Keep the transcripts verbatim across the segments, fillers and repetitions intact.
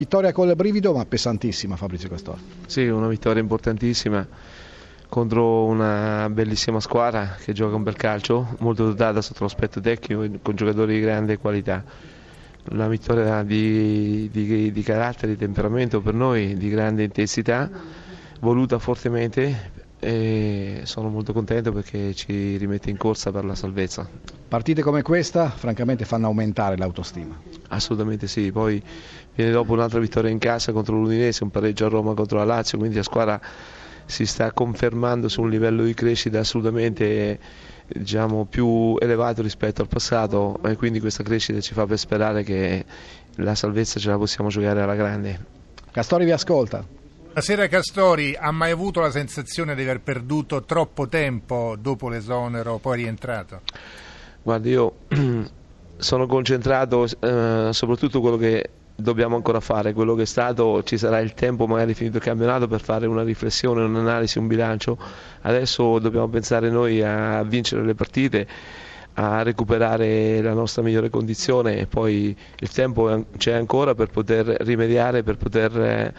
Vittoria col brivido ma pesantissima, Fabrizio Castori. Sì, una vittoria importantissima contro una bellissima squadra che gioca un bel calcio, molto dotata sotto l'aspetto tecnico, con giocatori di grande qualità. Una vittoria di, di, di carattere, di temperamento per noi, di grande intensità, voluta fortemente, e sono molto contento perché ci rimette in corsa per la salvezza. Partite come questa francamente fanno aumentare l'autostima. Assolutamente sì, poi viene dopo un'altra vittoria in casa contro l'Udinese, un pareggio a Roma contro la Lazio, quindi la squadra si sta confermando su un livello di crescita assolutamente, diciamo, più elevato rispetto al passato, e quindi questa crescita ci fa per sperare che la salvezza ce la possiamo giocare alla grande. Castori vi ascolta. Buonasera Castori, ha mai avuto la sensazione di aver perduto troppo tempo dopo l'esonero, poi rientrato? Guardi, io sono concentrato eh, soprattutto quello che dobbiamo ancora fare, quello che è stato, ci sarà il tempo magari finito il campionato per fare una riflessione, un'analisi, un bilancio. Adesso dobbiamo pensare noi a vincere le partite, a recuperare la nostra migliore condizione, e poi il tempo c'è ancora per poter rimediare, per poter eh,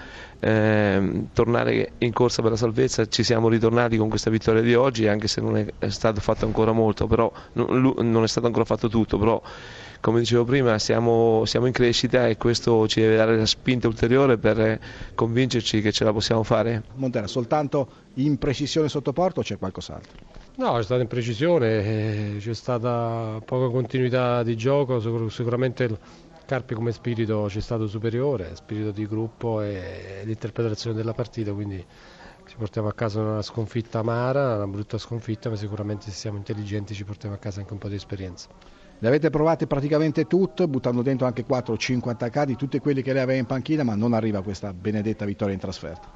eh, tornare in corsa per la salvezza. Ci siamo ritornati con questa vittoria di oggi, anche se non è stato fatto ancora molto, però non è stato ancora fatto tutto, però come dicevo prima siamo, siamo in crescita e questo ci deve dare la spinta ulteriore per convincerci che ce la possiamo fare. Montella, soltanto imprecisione sotto porta o c'è qualcos'altro? No, c'è stata imprecisione, c'è stata poca continuità di gioco, sicuramente il Carpi come spirito ci è stato superiore, spirito di gruppo e l'interpretazione della partita, quindi ci portiamo a casa una sconfitta amara, una brutta sconfitta, ma sicuramente se siamo intelligenti ci portiamo a casa anche un po' di esperienza. Le avete provate praticamente tutte, buttando dentro anche quattro o cinque attaccati, tutti quelli che lei aveva in panchina, ma non arriva questa benedetta vittoria in trasferta.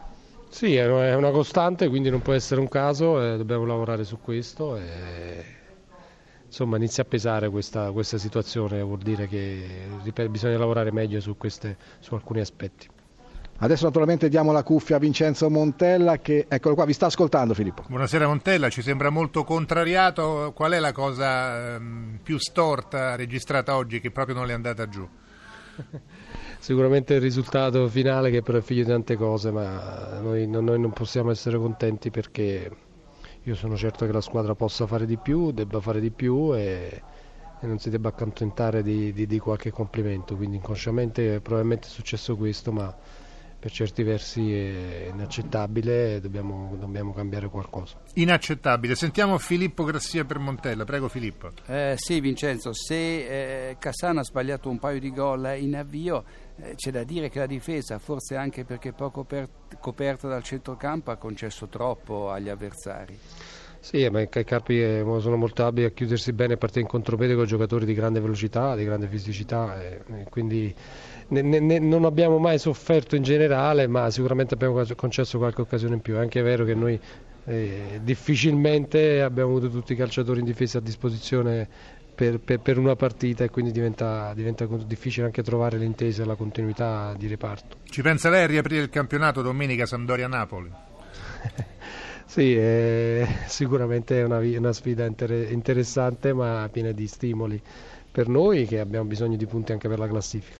Sì, è una costante, quindi non può essere un caso, e dobbiamo lavorare su questo. E, insomma, inizia a pesare questa, questa situazione, vuol dire che ripeto, bisogna lavorare meglio su, queste, su alcuni aspetti. Adesso naturalmente diamo la cuffia a Vincenzo Montella che, eccolo qua, vi sta ascoltando Filippo. Buonasera Montella, ci sembra molto contrariato, qual è la cosa ehm, più storta registrata oggi che proprio non le è andata giù? Sicuramente il risultato finale, che però è figlio di tante cose, ma noi, noi non possiamo essere contenti perché io sono certo che la squadra possa fare di più, debba fare di più e, e non si debba accontentare di, di, di qualche complimento, quindi inconsciamente probabilmente è successo questo, ma per certi versi è inaccettabile e dobbiamo, dobbiamo cambiare qualcosa. Inaccettabile. Sentiamo Filippo Grassia per Montella. Prego Filippo. Eh, sì Vincenzo, se eh, Cassano ha sbagliato un paio di gol in avvio, eh, c'è da dire che la difesa, forse anche perché poco per, coperta dal centrocampo, ha concesso troppo agli avversari. Sì, ma i Carpi sono molto abili a chiudersi bene e partire in contropiede con giocatori di grande velocità, di grande fisicità, e, e quindi ne, ne, non abbiamo mai sofferto in generale, ma sicuramente abbiamo concesso qualche occasione in più. È anche vero che noi eh, difficilmente abbiamo avuto tutti i calciatori in difesa a disposizione per, per, per una partita, e quindi diventa, diventa difficile anche trovare l'intesa e la continuità di reparto. Ci pensa lei a riaprire il campionato domenica Sampdoria-Napoli? Sì, eh, sicuramente è una, una sfida inter- interessante, ma piena di stimoli per noi che abbiamo bisogno di punti anche per la classifica.